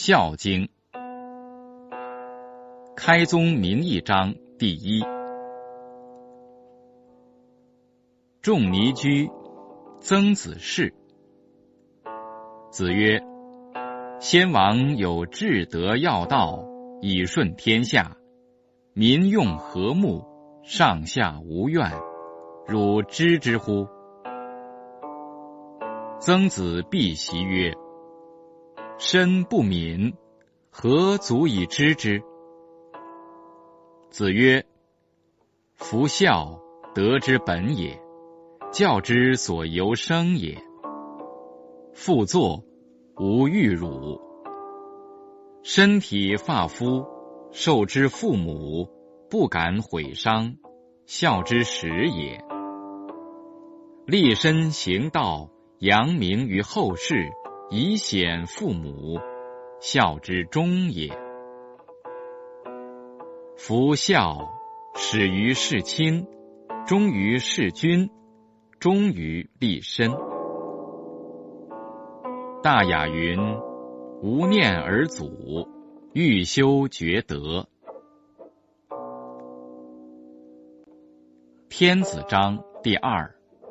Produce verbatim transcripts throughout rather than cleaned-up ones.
孝经开宗明义章第一。仲尼居，曾子侍。子曰：先王有至德要道，以顺天下，民用和睦，上下无怨，汝知之乎？曾子必袭曰：身不敏，何足以知之？子曰：夫孝，德之本也，教之所由生也。父作，无欲辱。身体发肤，受之父母，不敢毁伤，孝之始也。立身行道，扬名于后世，以显父母，孝之终也。夫孝，始于事亲，忠于事君，忠于立身。大雅云：无念而祖，欲修厥德。天子章第二。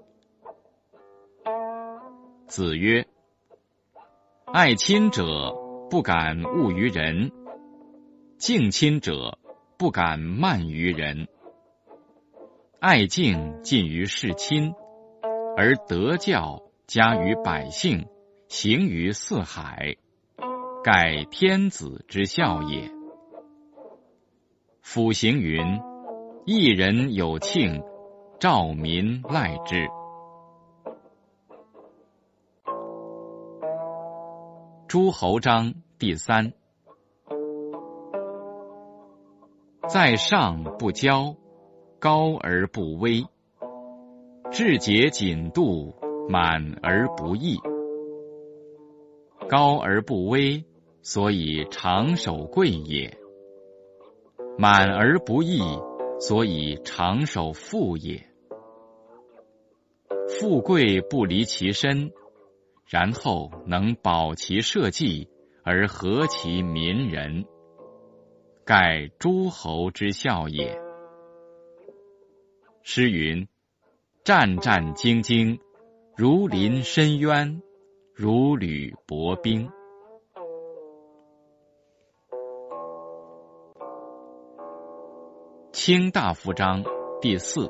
子曰：爱亲者，不敢恶于人；敬亲者，不敢慢于人。爱敬近于事亲，而德教加于百姓，行于四海，盖天子之孝也。辅行云：一人有庆，兆民赖之。诸侯章第三。在上不骄，高而不威，志节谨度，满而不溢。高而不威，所以长守贵也；满而不溢，所以长守富也。富贵不离其身，然后能保其社稷，而和其民人，盖诸侯之孝也。诗云：战战兢兢，如临深渊，如履薄冰。卿大夫章第四。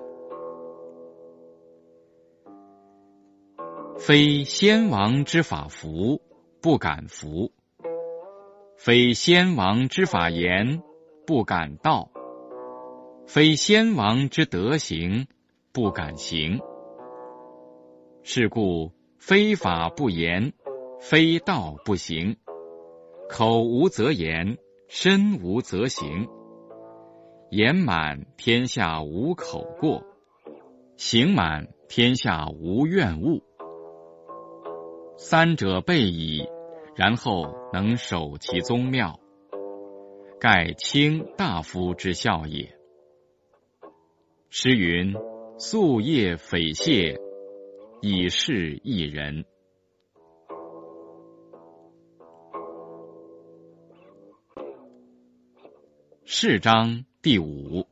非先王之法服，不敢服；非先王之法言，不敢道；非先王之德行，不敢行。是故非法不言，非道不行。口无则言，身无则行。言满，天下无口过；行满，天下无怨恶。三者备矣，然后能守其宗庙，盖卿大夫之孝也。诗云：夙夜匪懈，以示一人。士章第五。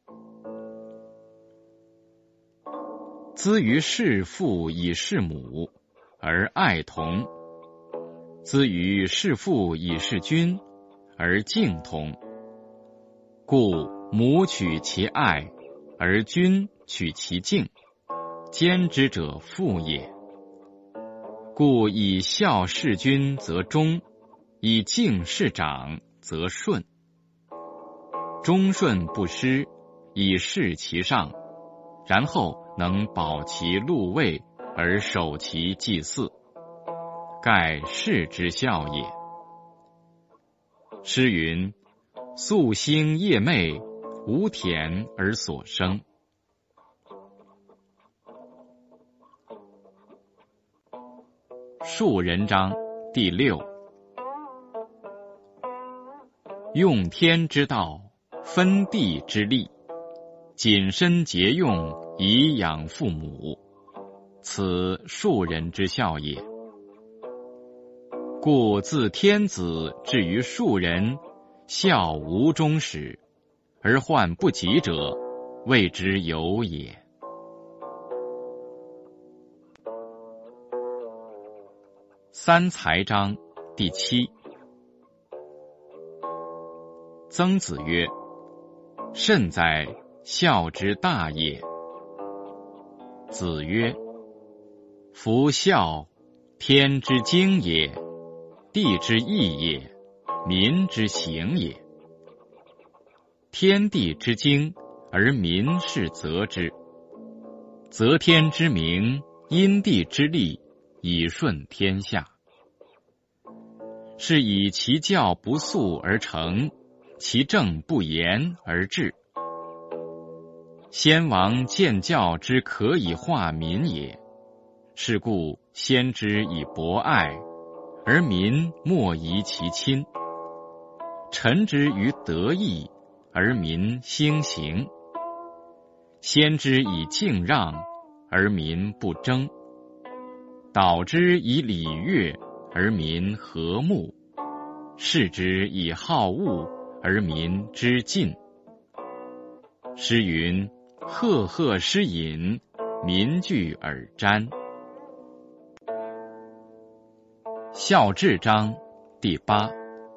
资于事父以事母，而爱同；资于事父以事君，而敬同。故母取其爱，而君取其敬，兼之者父也。故以孝事君则忠，以敬事长则顺。忠顺不失，以事其上，然后能保其禄位，而守其祭祀，盖士之孝也。诗云：夙兴夜寐，无田而所生。庶人章第六。用天之道，分地之利，谨慎节用，以养父母，此庶人之孝也。 故自天子至于庶人，孝无终始，而患不及者，谓之有也。三才章第七。曾子曰：甚哉，孝之大也。子曰：夫孝，天之经也，地之义也，民之行也。天地之经，而民是责之。责天之明，因地之利，以顺天下。是以其教不肃而成，其政不严而治。先王建教之可以化民也，是故先之以博爱，而民莫疑其亲。臣之于德义，而民兴行。先之以敬让，而民不争。导之以礼乐，而民和睦。士之以好恶，而民知进。诗云：赫赫诗隐，民聚而瞻。孝治章第八。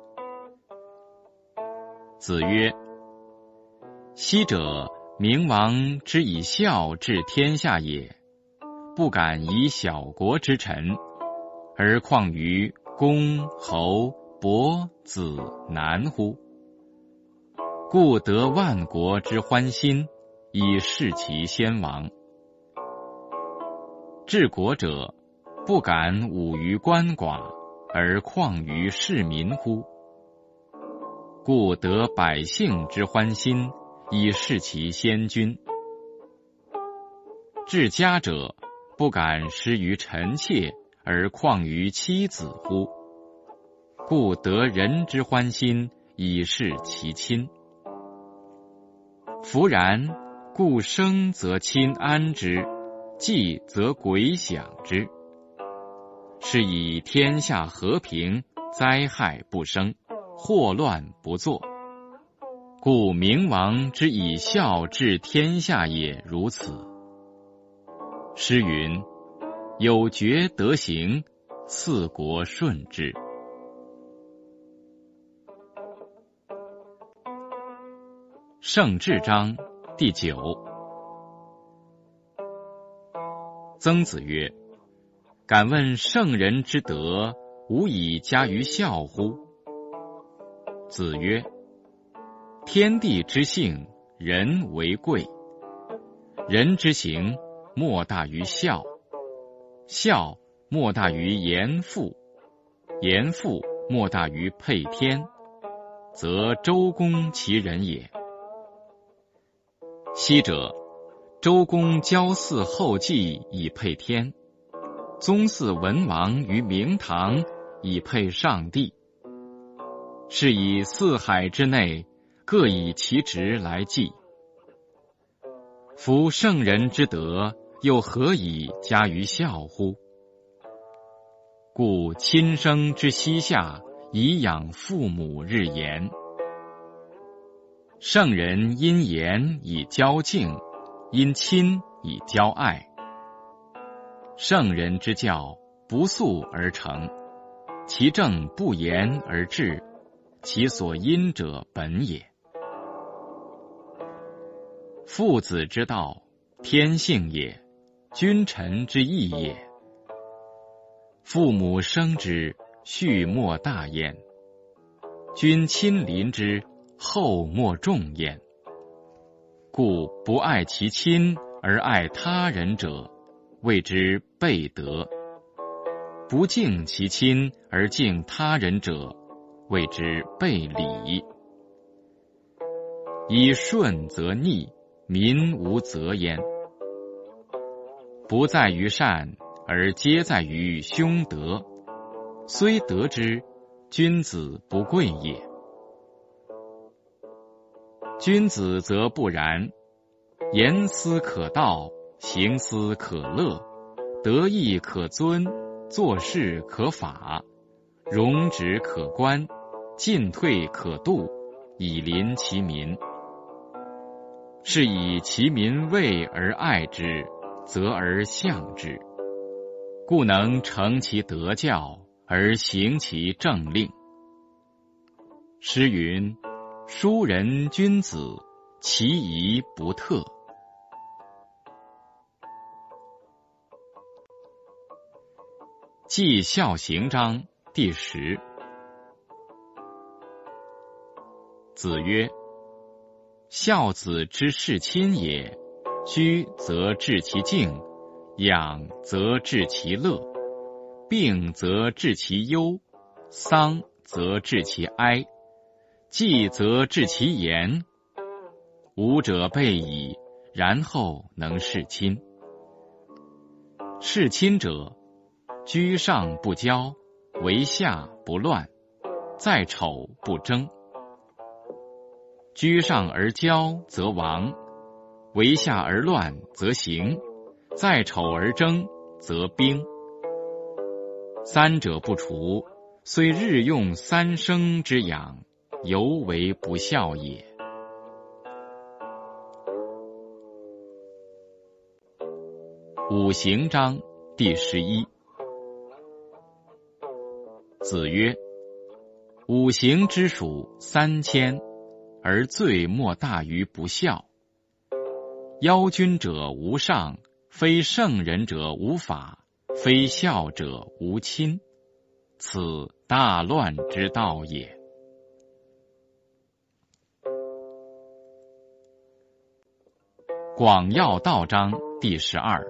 子曰：昔者明王之以孝治天下也，不敢以小国之臣，而况于公侯伯子男乎？故得万国之欢心，以事其先王。治国者，不敢侮于鳏寡，而况于市民乎？故得百姓之欢心，以事其先君。治家者，不敢施于臣妾，而况于妻子乎？故得人之欢心，以事其亲。夫然，故生则亲安之，祭则鬼享之。是以天下和平，灾害不生，祸乱不作。故明王之以孝治天下也如此。诗云：有决得行，四国顺之。圣治章第九。曾子曰：敢问圣人之德，无以加于孝乎？子曰：天地之性，人为贵。人之行，莫大于孝。孝，莫大于严父。严父，莫大于配天。则周公其人也。昔者，周公交祀后稷以配天，宗祀文王于明堂以配上帝。是以四海之内，各以其职来祭。夫圣人之德，又何以加于孝乎？故亲生之膝下，以养父母日言。圣人因言以交敬，因亲以交爱。圣人之教，不肃而成，其政不严而治，其所因者本也。父子之道，天性也，君臣之义也。父母生之，畜莫大焉；君亲临之，后莫重焉。故不爱其亲而爱他人者，谓之悖德；不敬其亲而敬他人者，谓之悖礼。以顺则逆，民无责焉。不在于善，而皆在于凶德，虽得之，君子不贵也。君子则不然，言思可道，行思可乐，得意可尊，做事可法， 容止可观，进退可度，以临其民。是以其民畏而爱之，责而相之，故能成其德教，而行其政令。诗云：淑人君子，其仪不特。记孝行章第十。子曰：孝子之事亲也，居则治其敬，养则治其乐，病则治其忧，丧则治其哀，祭则治其言。五者备矣，然后能事亲。事亲者，居上不骄，为下不乱，在丑不争。居上而骄则亡，为下而乱则行，在丑而争则兵。三者不除，虽日用三升之养，犹为不孝也。五行章第十一。子曰：五行之属三千，而罪莫大于不孝。邀君者无上，非圣人者无法，非孝者无亲，此大乱之道也。广要道章第十二。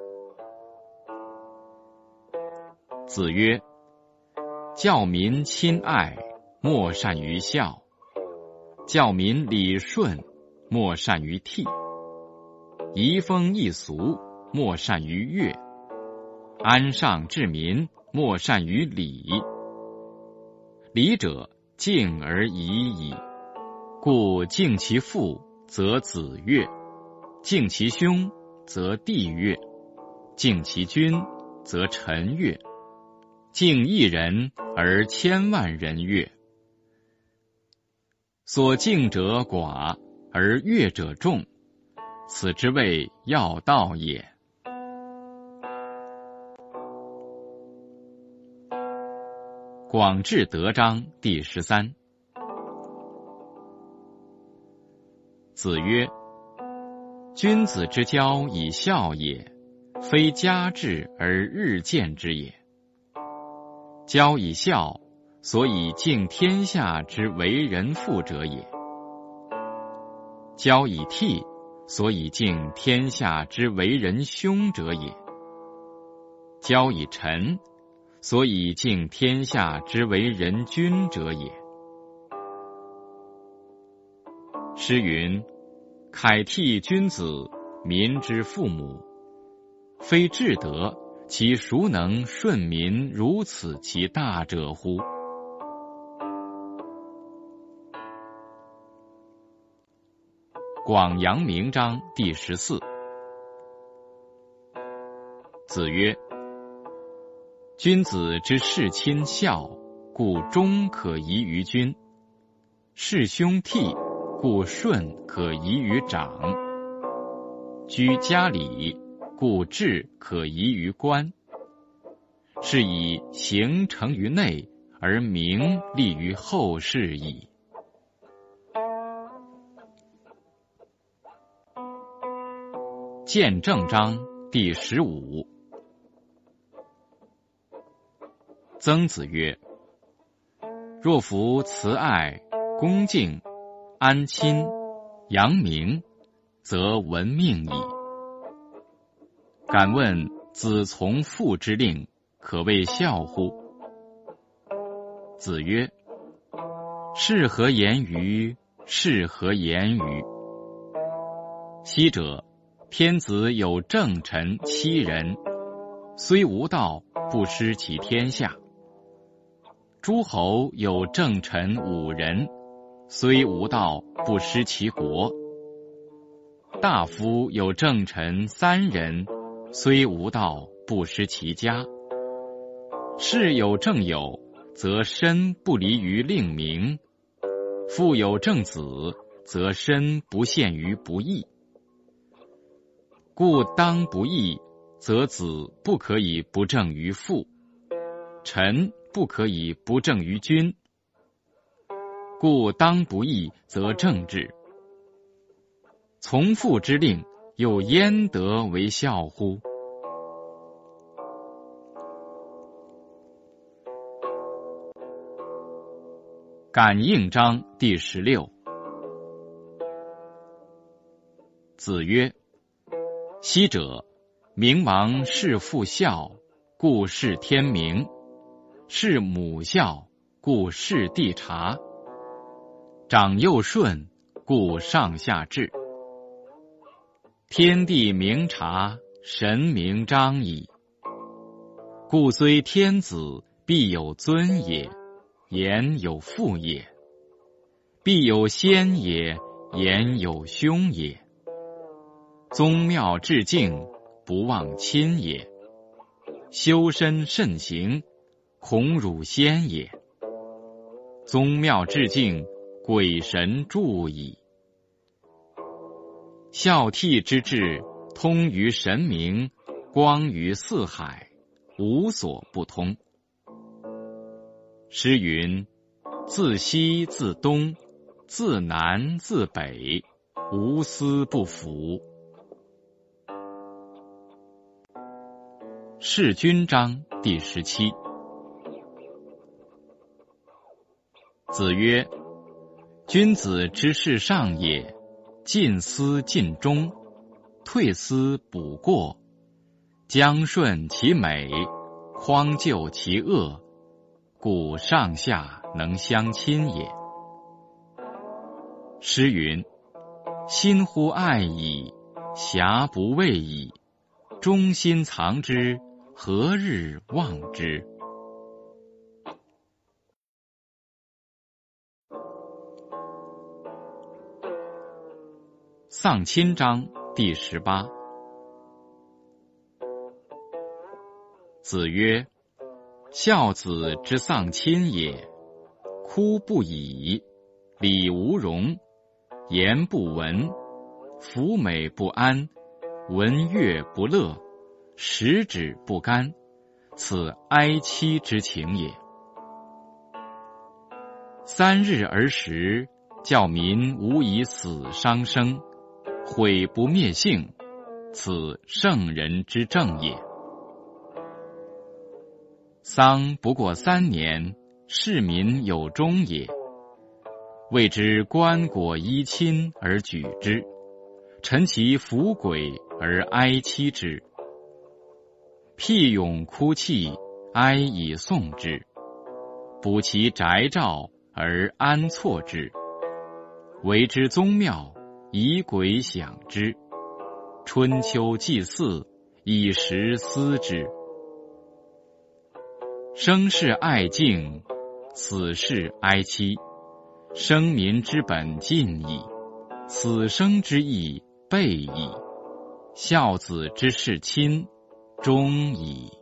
子曰：教民亲爱，莫善于孝；教民礼顺，莫善于悌；移风易俗，莫善于乐；安上治民，莫善于礼。礼者，敬而已矣。故敬其父，则子悦；敬其兄，则弟悦；敬其君，则臣悦；敬一人而千万人悦。所敬者寡，而悦者众，此之谓要道也。广志德章第十三。子曰：君子之交以孝也，非家制而日见之也。交以孝，所以敬天下之为人父者也；交以悌，所以敬天下之为人兄者也；交以臣，所以敬天下之为人君者也。诗云：凯替君子，民之父母。非至德，其孰能顺民如此其大者乎？广阳明章第十四。子曰：君子之事亲孝，故忠可移于君；事兄悌，故顺可移于长；居家礼，故志可移于官。是以行成于内，而名立于后世矣。见证章第十五。曾子曰：若夫慈爱、恭敬、安亲、扬名，则闻命矣。敢问子从父之令，可谓孝乎？子曰：是何言于？是何言于？昔者天子有正臣七人，虽无道，不失其天下；诸侯有正臣五人，虽无道，不失其国；大夫有正臣三人，虽无道，不失其家。士有正友， 则身不离于令名；父有正子，则身不陷于不义。故当不义，则子不可以不正于父，臣不可以不正于君。故当不义，则正之。从父之令，又焉得为孝乎？感应章第十六。子曰：昔者，明王事父孝，故事天明；事母孝，故事地察；长幼顺，故上下治。天地明察，神明彰矣。故虽天子，必有尊也，言有父也；必有先也，言有兄也。宗庙致敬，不忘亲也；修身慎行，恐辱先也。宗庙致敬，鬼神助矣。孝悌之志，通于神明，光于四海，无所不通。诗云：自西自东，自南自北，无私不服。事君章第十七。子曰：君子之事上也，尽思尽忠，退思补过，将顺其美，匡救其恶，故上下能相亲也。诗云：心乎爱矣，侠不畏矣，忠心藏之，何日忘之？丧亲章第十八。子曰：孝子之丧亲也，哭不已，礼无容，言不闻，服美不安，闻乐不乐，食指不甘，此哀戚之情也。三日而食，教民无以死伤生，毁不灭性，此圣人之政也。丧不过三年，市民有终也。谓之棺椁依亲而举之，陈其服轨而哀戚之。辟咏哭泣，哀以颂之；补其宅兆而安错之。为之宗庙，以鬼享之；春秋祭祀，以时思之。生事爱敬，死事哀戚，生民之本尽矣，死生之义备矣。孝子之事亲，忠矣。